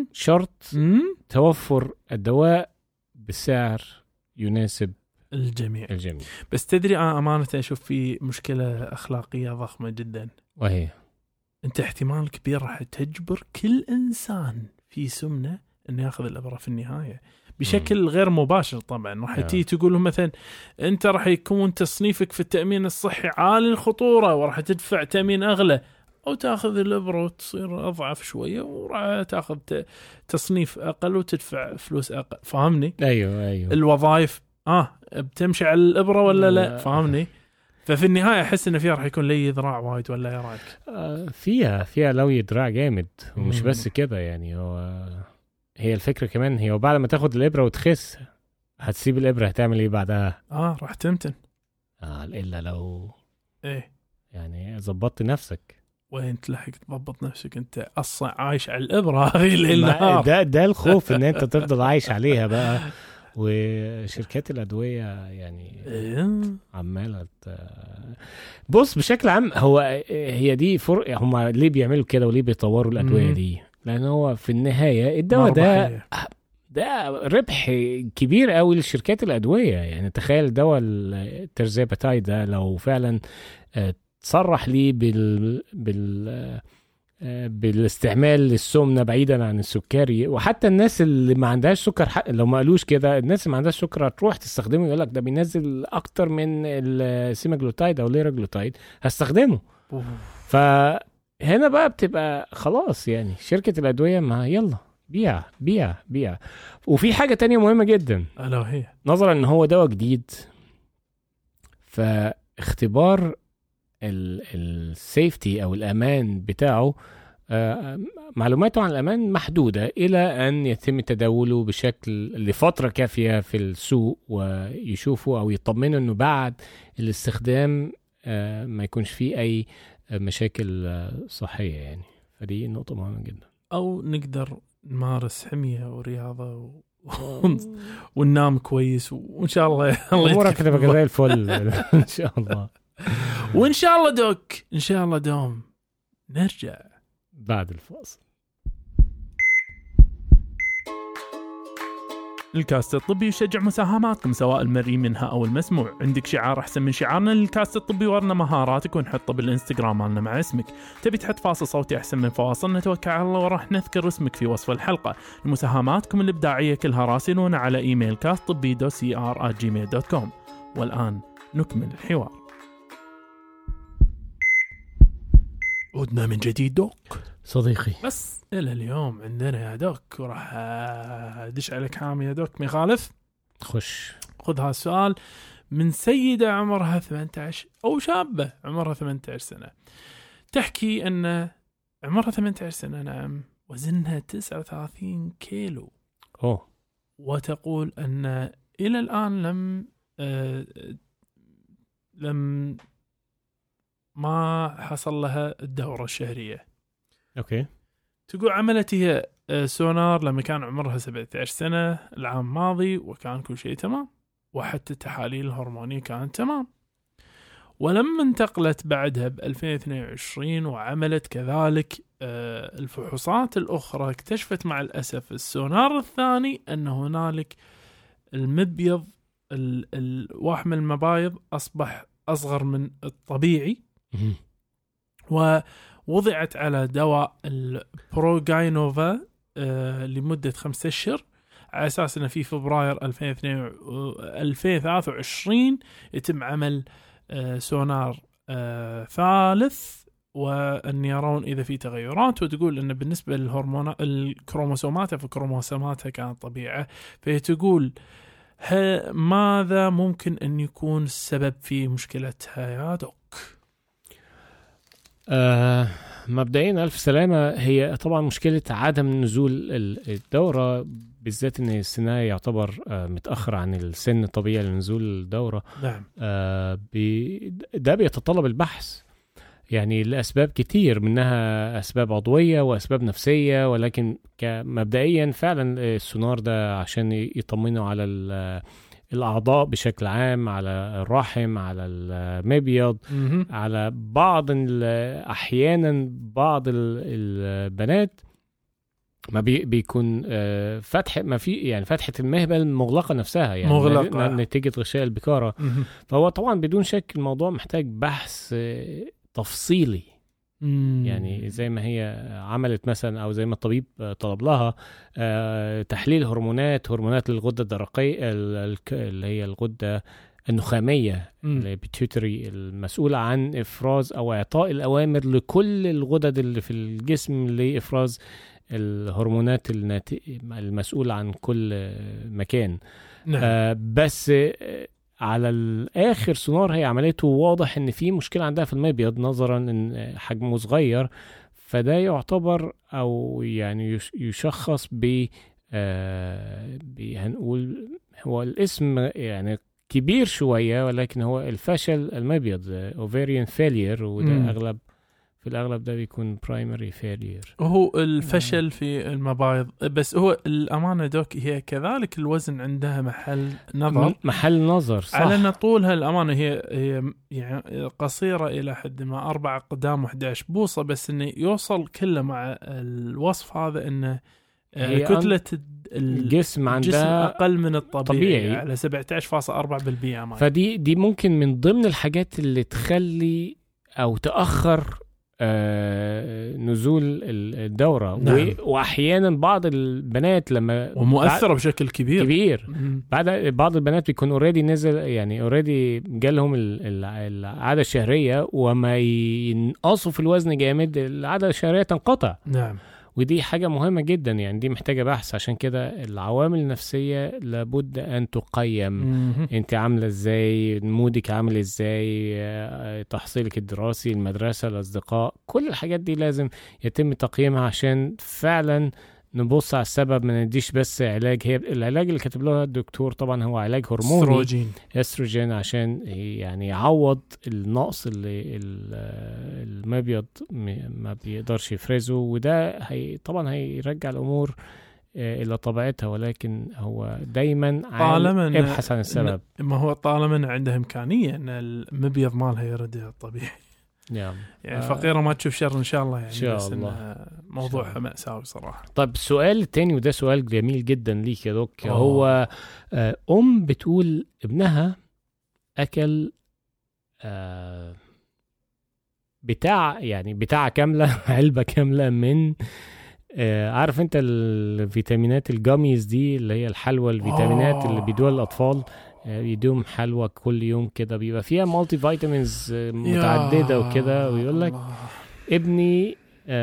توفر الدواء بسعر يناسب الجميع. بس تدري أمانة أشوف في مشكلة أخلاقية ضخمة جدا، وهي أنت احتمال كبير راح تجبر كل إنسان في سمنة أنه يأخذ الإبرة في النهاية بشكل غير مباشر. طبعا راح تيجي تقول لهم مثلا أنت راح يكون تصنيفك في التأمين الصحي عالي الخطورة وراح تدفع تأمين أغلى، أو تأخذ الإبرة وتصير أضعف شوية وراح تأخذ تصنيف أقل وتدفع فلوس أقل. فاهمني؟ أيوه. الوظائف بتمشي على الإبرة ولا لا؟ فاهمني؟ ففي النهاية أحس إن فيها راح يكون لي ذراع وايد، ولا يا رايك؟ فيها لو ذراع جامد، ومش بس كده يعني. هي الفكرة كمان، هي بعد ما تاخد الإبرة وتخس هتسيب الإبرة هتعمل إيه بعدها؟ راح تمتن. إلا لو إيه يعني زبطت نفسك. وين تلحق تضبط نفسك؟ أنت أصلا عايش على الإبرة هذه النهار. ده الخوف إن أنت تفضل عايش عليها بقى. وشركات الأدوية يعني عمالة بص بشكل عام. هي دي فرق، هم ليه بيعملوا كده وليه بيطوروا الأدوية دي؟ لأن هو في النهاية الدواء ده ربح كبير قوي لشركات الأدوية. يعني تخيل دواء الترزيباتايد ده لو فعلا تصرح ليه بالاستعمال للسمنة بعيدا عن السكري. وحتى الناس اللي ما عندهاش سكر، لو ما قالوش كده، الناس اللي ما عندهاش سكر تروح تستخدمه، يقولك ده بينزل اكتر من السيماجلوتايد او ليراجلوتايد، هستخدمه. فهنا بقى بتبقى خلاص يعني شركة الأدوية ما يلا بيع. وفي حاجة تانية مهمة جدا، ألا وهي نظرا ان هو دواء جديد، فاختبار السيفتي او الامان بتاعه، معلوماته عن الامان محدودة الى ان يتم تداوله بشكل لفترة كافية في السوق، ويشوفوا او يطمنوا انه بعد الاستخدام ما يكونش فيه اي مشاكل صحية يعني. فدي نقطة مهمة جدا. او نقدر نمارس حمية ورياضة وننام كويس، وان شاء الله امورك تبقى زي الفل ان شاء الله. وان شاء الله دوك، ان شاء الله دوم نرجع بعد الفاصل. الكاست الطبي يشجع مساهماتكم سواء المرئي منها أو المسموع. عندك شعار أحسن من شعارنا للكاست الطبي؟ ورنا مهاراتك ونحطه بالإنستغرام مالنا مع اسمك. تبي تحط فاصل صوتي أحسن من فواصل؟ نتوكل على الله وراح نذكر اسمك في وصف الحلقة. مساهماتكم الإبداعية كلها راسلونا على إيميل castطبي.cr@gmail.com. والآن نكمل الحوار. عدنا من جديد دوك صديقي. بس إلى اليوم عندنا يا دوك، وراح أدش عليك حامي يا دوك، ما يخالف. خش خذ هذا السؤال من سيدة عمرها 18 أو شابة عمرها 18 سنة، تحكي أن عمرها 18 سنة، نعم، وزنها 39 كيلو. وتقول أن إلى الآن لم ما حصل لها الدورة الشهرية. أوكي. تقول عملت هي سونار لما كان عمرها 17 سنة العام الماضي، وكان كل شيء تمام، وحتى التحاليل الهرمونية كانت تمام. ولما انتقلت بعدها ب2022 وعملت كذلك الفحوصات الأخرى، اكتشفت مع الأسف السونار الثاني أن هنالك المبيض، الوحم المبايض أصبح أصغر من الطبيعي، ووضعت على دواء البروغاينوفا لمدة 5 أشهر، على أساس أن في فبراير 2023 يتم عمل سونار ثالث، وأن يرون إذا في تغيرات. وتقول أن بالنسبة للهرمونات الكروموسومات، فكروموسوماتها كانت طبيعية. فهي تقول ماذا ممكن أن يكون السبب في مشكلتها يا دوك؟ مبدئيا ألف سلامة. هي طبعا مشكلة عدم نزول الدورة، بالذات ان السن يعتبر متأخر عن السن الطبيعي لنزول الدورة. نعم. ده بيتطلب البحث يعني لأسباب كتير، منها أسباب عضوية وأسباب نفسية، ولكن مبدئيا فعلا السونار ده عشان يطمنوا على الأعضاء بشكل عام، على الرحم، على المبيض، على بعض أحيانا بعض البنات ما بيكون ما في يعني فتحة المهبل مغلقة نفسها، يعني مغلقة نتيجة غشاء البكارة. فهو طبعا بدون شك الموضوع محتاج بحث تفصيلي، يعني زي ما هي عملت مثلا، او زي ما الطبيب طلب لها تحليل هرمونات للغدة الدرقية اللي هي الغدة النخامية البيتيوتري، المسؤولة عن افراز او اعطاء الاوامر لكل الغدد اللي في الجسم لافراز الهرمونات المسؤولة عن كل مكان. نعم. بس على الآخر سونار هي عملته واضح ان في مشكلة عندها في المبيض نظرا ان حجمه صغير، فده يعتبر او يعني يشخص هنقول هو الاسم يعني كبير شوية، ولكن هو الفشل المبيض ovarian failure، وده في الأغلب ده بيكون primary failure، هو الفشل في المبايض. بس هو الأمانة دوك هي كذلك الوزن عندها محل نظر صح. على أن طولها الأمانة هي يعني قصيرة إلى حد ما 4 أقدام و11 بوصة، بس إنه يوصل كله مع الوصف هذا إنه كتلة الجسم عندها أقل من الطبيعي على 17.4%. فدي ممكن من ضمن الحاجات اللي تخلي أو تأخر نزول الدورة. نعم. وأحيانا بعض البنات لما ومؤثرة بشكل كبير بعض البنات بيكون اوريدي نزل، يعني اوريدي جالهم العادة الشهرية، وما ينقصوا في الوزن جامد العادة الشهرية تنقطع. نعم. ودي حاجة مهمة جدا، يعني دي محتاجة بحث. عشان كده العوامل النفسية لابد أن تقيم. انت عاملة ازاي، مودك عامل ازاي، تحصيلك الدراسي، المدرسة، الأصدقاء، كل الحاجات دي لازم يتم تقييمها عشان فعلا نبص على السبب. ما نديش بس علاج. هي العلاج اللي كاتب له الدكتور طبعا هو علاج هرموني استروجين عشان يعني يعوض النقص اللي المبيض ما بيقدرش يفرزه، وده طبعا هيرجع الامور الى طبيعتها. ولكن هو دايما ابحث عن السبب. ما هو طالما عنده امكانيه ان المبيض مالها يرد الطبيعي. نعم. يعني فقيرة ما تشوف شر إن شاء الله. يعني شاء الله. موضوع مأساوي صراحة. طيب السؤال التاني، وده سؤال جميل جدا ليك يا دوك. هو بتقول ابنها أكل بتاع كاملة علبة كاملة من عارف انت الفيتامينات الجاميز دي، اللي هي الحلوى الفيتامينات اللي بيدوها الأطفال، يدوم حلوى كل يوم كده بيبقى فيها مالتي فيتامينز متعددة وكده. ويقول لك ابني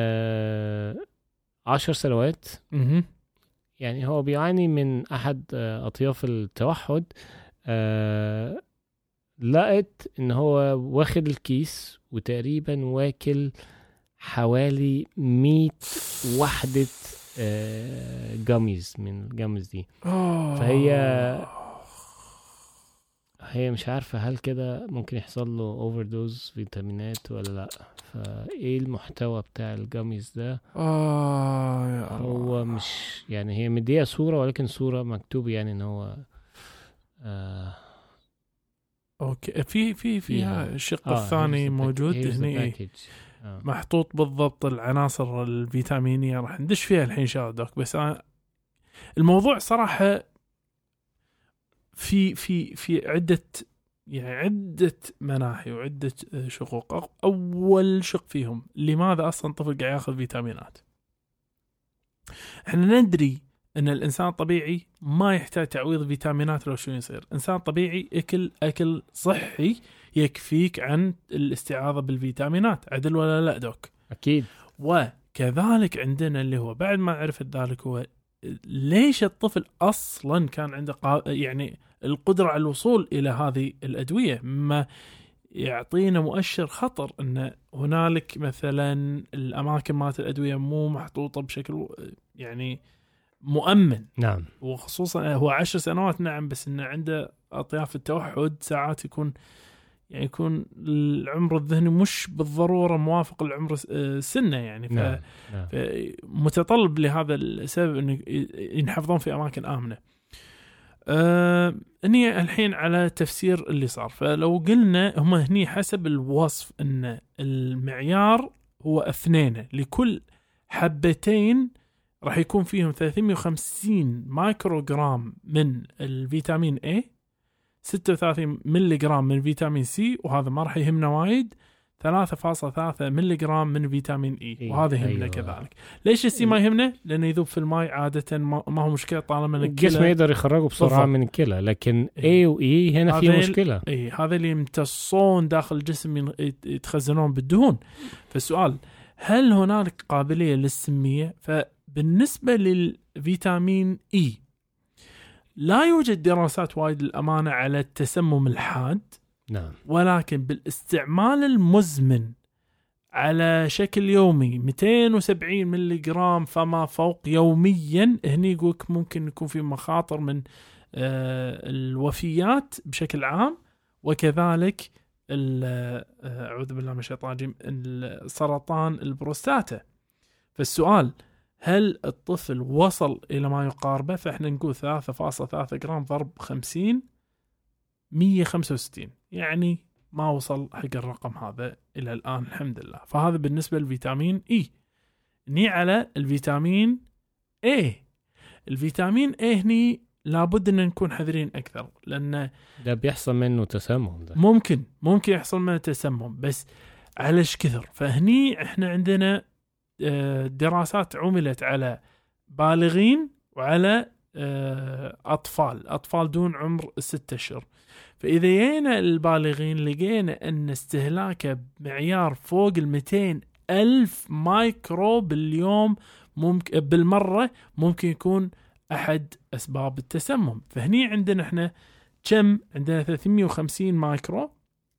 10 سنوات، يعني هو بيعاني من أحد أطياف التوحد. لقيت ان هو واخد الكيس وتقريبا واكل حوالي 100 وحدة جاميز من الجاميز دي. فهي مش عارفة هل كده ممكن يحصل له اوفر دوز فيتامينات ولا لا. فايه المحتوى بتاع الجاميز ده؟ هو مش يعني هي مديها صورة، ولكن صورة مكتوب يعني ان هو اوكي فيها الشق الثاني موجود هنا محطوط بالضبط العناصر الفيتامينية. راح ندش فيها الحين شادوك. بس أنا الموضوع صراحة في عدة مناحي وعدة شقوق. أول شق فيهم لماذا أصلا طفل قاعد يأخذ فيتامينات؟ احنا ندري ان الانسان الطبيعي ما يحتاج تعويض فيتامينات. لو شو يصير انسان طبيعي اكل صحي يكفيك عن الاستعاضة بالفيتامينات. عدل ولا لا دوك؟ اكيد. وكذلك عندنا اللي هو بعد ما عرفت ذلك هو ليش الطفل اصلا كان عنده يعني القدرة على الوصول الى هذه الادوية. ما يعطينا مؤشر خطر ان هنالك مثلا الاماكن مالت الادويه مو محطوطه بشكل يعني مؤمن. نعم. وخصوصا هو 10 سنوات نعم، بس انه عنده اطياف التوحد ساعات يكون العمر الذهني مش بالضروره موافق العمر سنه يعني. نعم. فمتطلب لهذا السبب انه ينحفظون في اماكن امنه. اني الحين على تفسير اللي صار. فلو قلنا هم هني حسب الوصف ان المعيار هو 2 لكل حبتين راح يكون فيهم 350 مايكروغرام من الفيتامين A، 36 ملغرام من فيتامين سي، وهذا ما راح يهمنا وايد، 3.3 ملغرام من فيتامين اي، وهذا يهمنا. أيوة. كذلك ليش السي ما يهمنا؟ لانه يذوب في الماء عاده، ما هو مشكله طالما الجسم يقدر يخرجه بسرعه من الكلى. لكن اي واي هنا في مشكله. اي هذا اللي يمتصون داخل الجسم يتخزنون بالدهون. فالسؤال هل هنالك قابليه للسميه؟ فبالنسبه للفيتامين اي لا يوجد دراسات وايد للأمانة على التسمم الحاد. نعم. ولكن بالاستعمال المزمن على شكل يومي 270 ملغرام فما فوق يوميا، هني يقولك ممكن يكون في مخاطر من الوفيات بشكل عام، وكذلك أعوذ بالله من الشيطان الرجيم السرطان البروستاتا. فالسؤال هل الطفل وصل إلى ما يقاربه؟ فإحنا نقول 3.3 جرام ضرب 50 165، يعني ما وصل حق الرقم هذا إلى الآن الحمد لله. فهذا بالنسبة للفيتامين إي. ني على الفيتامين A. الفيتامين A هني لابد أن نكون حذرين أكثر، لأن ده بيحصل منه تسمم. ده ممكن يحصل منه تسمم، بس على كثر. فهني إحنا عندنا دراسات عملت على بالغين وعلى أطفال دون عمر 6 أشهر. فإذا جينا البالغين لقينا أن استهلاكه بمعيار فوق 200,000 مايكرو باليوم بالمرة ممكن يكون أحد أسباب التسمم. فهني عندنا إحنا عندنا 350 مايكرو،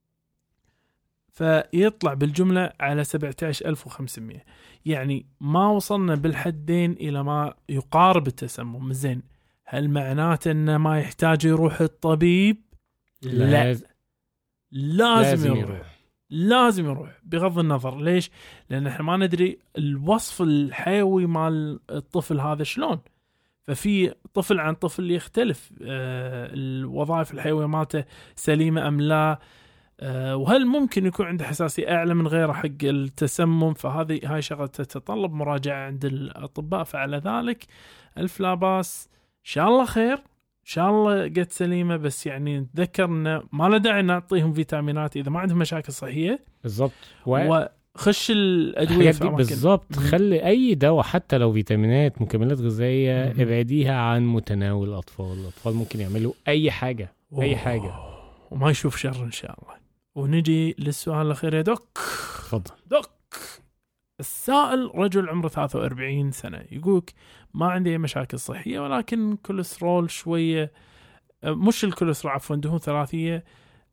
فيطلع بالجملة على 17,500. يعني ما وصلنا بالحدين إلى ما يقارب التسمم. زين، هل معناته أنه ما يحتاج يروح الطبيب؟ لا، لازم يروح بغض النظر. ليش؟ لأن احنا ما ندري الوصف الحيوي مال الطفل هذا شلون. ففي طفل عن طفل يختلف الوظائف الحيوية مالته سليمة أم لا، وهل ممكن يكون عنده حساسية أعلى من غيره حق التسمم. هاي شغلة تتطلب مراجعة عند الأطباء. فعلى ذلك ألف لا باس، إن شاء الله خير، إن شاء الله قد سليمة. بس يعني نتذكر إنه ما له داعي نعطيهم فيتامينات إذا ما عندهم مشاكل صحية. بالضبط. وخش الأدوية في أماكن بالضبط. خلي أي دواء حتى لو فيتامينات مكملات غذائية ابعديها عن متناول الأطفال ممكن يعملوا أي حاجة وما يشوف شر إن شاء الله. ونجي للسؤال الأخير يا دوك. تفضل. دوك، السائل رجل عمره 43 سنة، يقولك ما عندي أي مشاكل صحية، ولكن كوليسترول شوية، مش الكوليسترول عفوا، دهون ثلاثية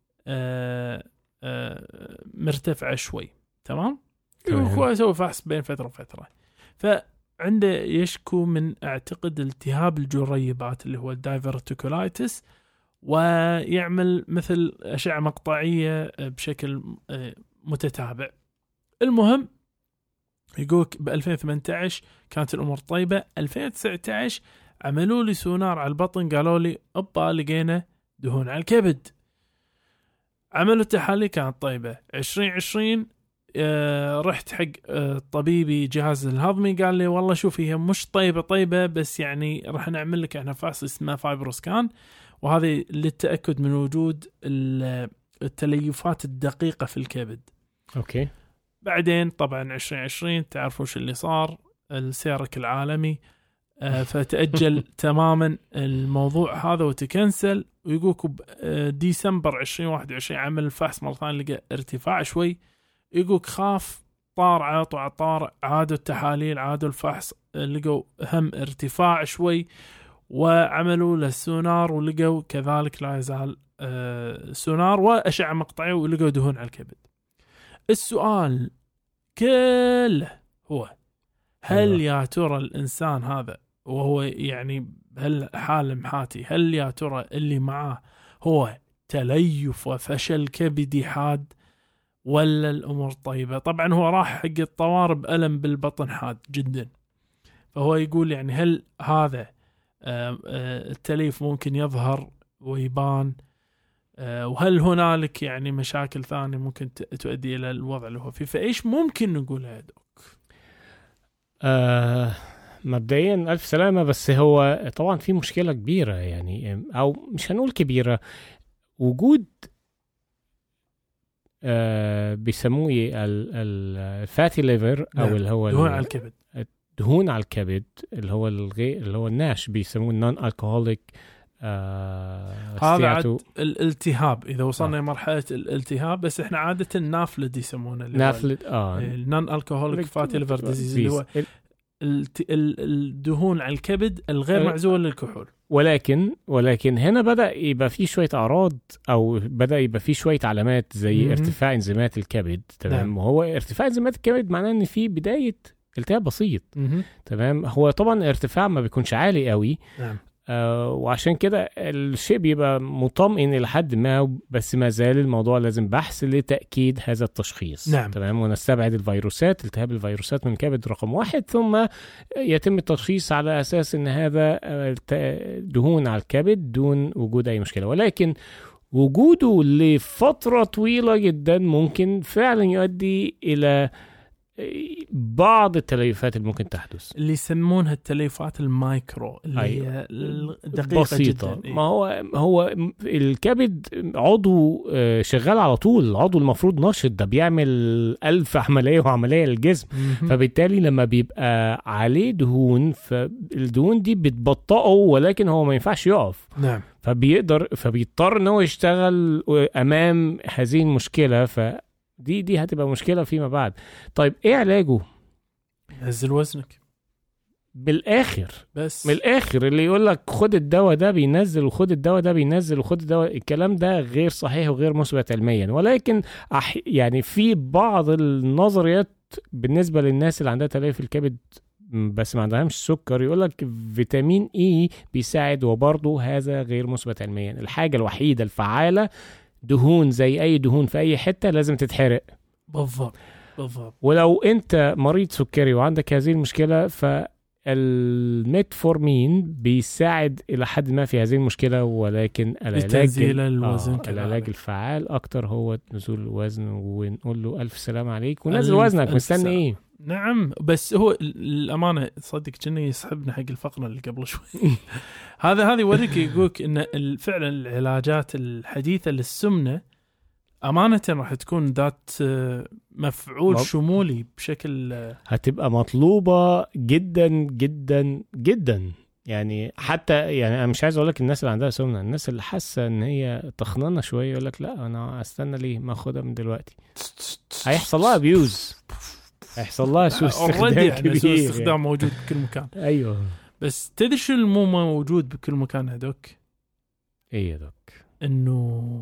مرتفعة شوي. تمام. يقولك يسوي فحص بين فترة وفترة، فعنده يشكو من اعتقد التهاب الجريبات اللي هو الدايفرتيكولايتس، ويعمل مثل أشعة مقطعية بشكل متتابع. المهم يقولك ب2018 كانت الأمور طيبة. 2019 عملوا لي سونار على البطن، قالوا لي أبا لقينا دهون على الكبد. عملوا تحاليل كانت طيبة. 2020 رحت حق طبيبي جهاز الهضمي، قال لي والله شوفي هي مش طيبة بس يعني راح نعمل لك احنا فحص اسمه فايبروسكان، وهذه للتأكد من وجود التليفات الدقيقة في الكبد. أوكي. بعدين طبعا 2020 تعرفوا شو اللي صار، السيرك العالمي، فتأجل تماما الموضوع هذا وتكنسل. ويقولكوا ديسمبر 2021 عمل الفحص مرة ثانية، لقى ارتفاع شوي. يقولك خاف، طار على طار، عادوا التحاليل، عادوا الفحص، لقوا هم ارتفاع شوي، وعملوا له السونار ولقوا كذلك لا يزال سونار وأشعة مقطعية ولقوا دهون على الكبد. السؤال كله هو هل يا ترى الإنسان هذا وهو يعني بهالحالة محاتي، هل يا ترى اللي معاه هو تليف وفشل كبدي حاد ولا الأمور طيبة؟ طبعا هو راح حق الطوارئ ألم بالبطن حاد جدا، فهو يقول يعني هل هذا التليف ممكن يظهر ويبان، وهل هنالك يعني مشاكل ثانية ممكن تؤدي إلى الوضع اللي هو فيه؟ فإيش ممكن نقول يا دوك؟ مبدئيا ألف سلامة. بس هو طبعا في مشكلة كبيرة يعني، أو مش هنقول كبيرة، وجود بيسموه الفاتي ليفر أو اللي هو دهون على الكبد، دهون على الكبد اللي هو الناش بيسموه النون الكحوليك. هذا الالتهاب إذا وصلنا لمرحلة الالتهاب، بس إحنا عادة نافلد يسمونه نافلد النون الكحوليك فاتي ليفر ديزيز، اللي هو الدهون على الكبد الغير معزول للكحول. ولكن هنا بدأ يبقى فيه شوية أعراض، أو بدأ يبقى فيه شوية علامات زي ارتفاع انزيمات الكبد. تمام. وهو ارتفاع انزيمات الكبد معناه إن في بداية التهاب بسيط. تمام. هو طبعا ارتفاع ما بيكونش عالي قوي. وعشان كده الشيء بيبقى مطمئن إلى حد ما، بس ما زال الموضوع لازم بحث لتأكيد هذا التشخيص. نعم. تمام. ونستبعد الفيروسات، التهاب الفيروسات من الكبد رقم 1، ثم يتم التشخيص على أساس إن هذا دهون على الكبد دون وجود أي مشكلة. ولكن وجوده لفترة طويلة جدا ممكن فعلا يؤدي إلى بعض التليفات اللي ممكن تحدث، اللي يسمونها التليفات المايكرو، اللي هي دقيقة بسيطة جدا. ما هو الكبد عضو شغال على طول، العضو المفروض نشط، ده بيعمل 1000 عملية وعملية للجسم. فبالتالي لما بيبقى عليه دهون، فالدهون دي بتبطئه، ولكن هو ما ينفعش يقف. نعم. فبيضطر ان هو يشتغل امام هذه المشكلة. دي هتبقى مشكلة فيما بعد. طيب ايه علاجه؟ نزل وزنك بالاخر. بس من الاخر اللي يقول لك خد الدواء ده بينزل، وخد الدواء ده بينزل، وخد الدواء، الكلام ده غير صحيح وغير مثبت علميا. ولكن يعني في بعض النظريات بالنسبة للناس اللي عندها تليف الكبد بس ما عندهمش سكر، يقول لك فيتامين اي بيساعد، وبرضه هذا غير مثبت علميا. الحاجة الوحيدة الفعالة دهون زي اي دهون في اي حتة لازم تتحرق. بالضبط. ولو انت مريض سكري وعندك هذه المشكلة، فالميتفورمين بيساعد الى حد ما في هذه المشكلة. ولكن العلاج الفعال اكتر هو نزول الوزن، ونقول له الف سلام عليك ونزل وزنك. مستني ايه؟ نعم. بس هو الامانه صدق كأنه يسحبنا حق الفقره اللي قبل شوي. هذا يوريك، يقولك ان فعلا العلاجات الحديثه للسمنه امانه راح تكون ذات مفعول شمولي بشكل، هتبقى مطلوبه جدا جدا جدا. يعني حتى يعني انا مش عايز اقول لك الناس اللي عندها سمنه، الناس اللي حاسه ان هي تخنانه شويه يقول لك لا انا استنى ليه، ما اخدها من دلوقتي. هيحصل لها ابيوز، هيحصل لها سوء استخدام كبير. سوء استخدام يعني موجود بكل مكان. ايوه. بس تدري شو مو موجود بكل مكان هدوك؟ ايه يا دوك؟ انه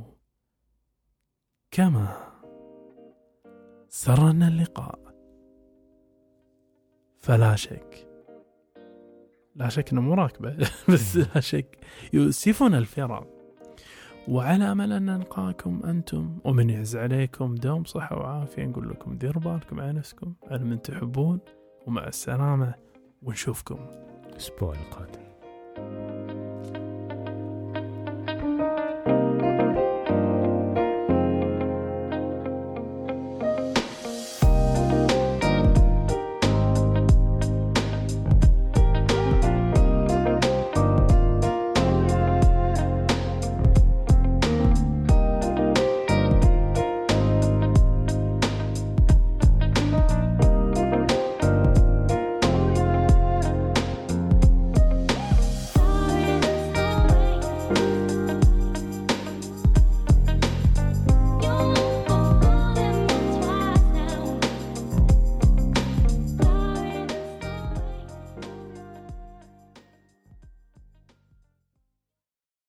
كما سرنا اللقاء فلا شك، لا شك انه مراكبه بس لا شك يؤسفنا الفراق، وعلى امل ان نلقاكم انتم ومن يعز عليكم دوم صحه وعافيه. نقول لكم ديروا بالكم على نفسكم، على من تحبون، ومع السلامه، ونشوفكم الاسبوع القادم.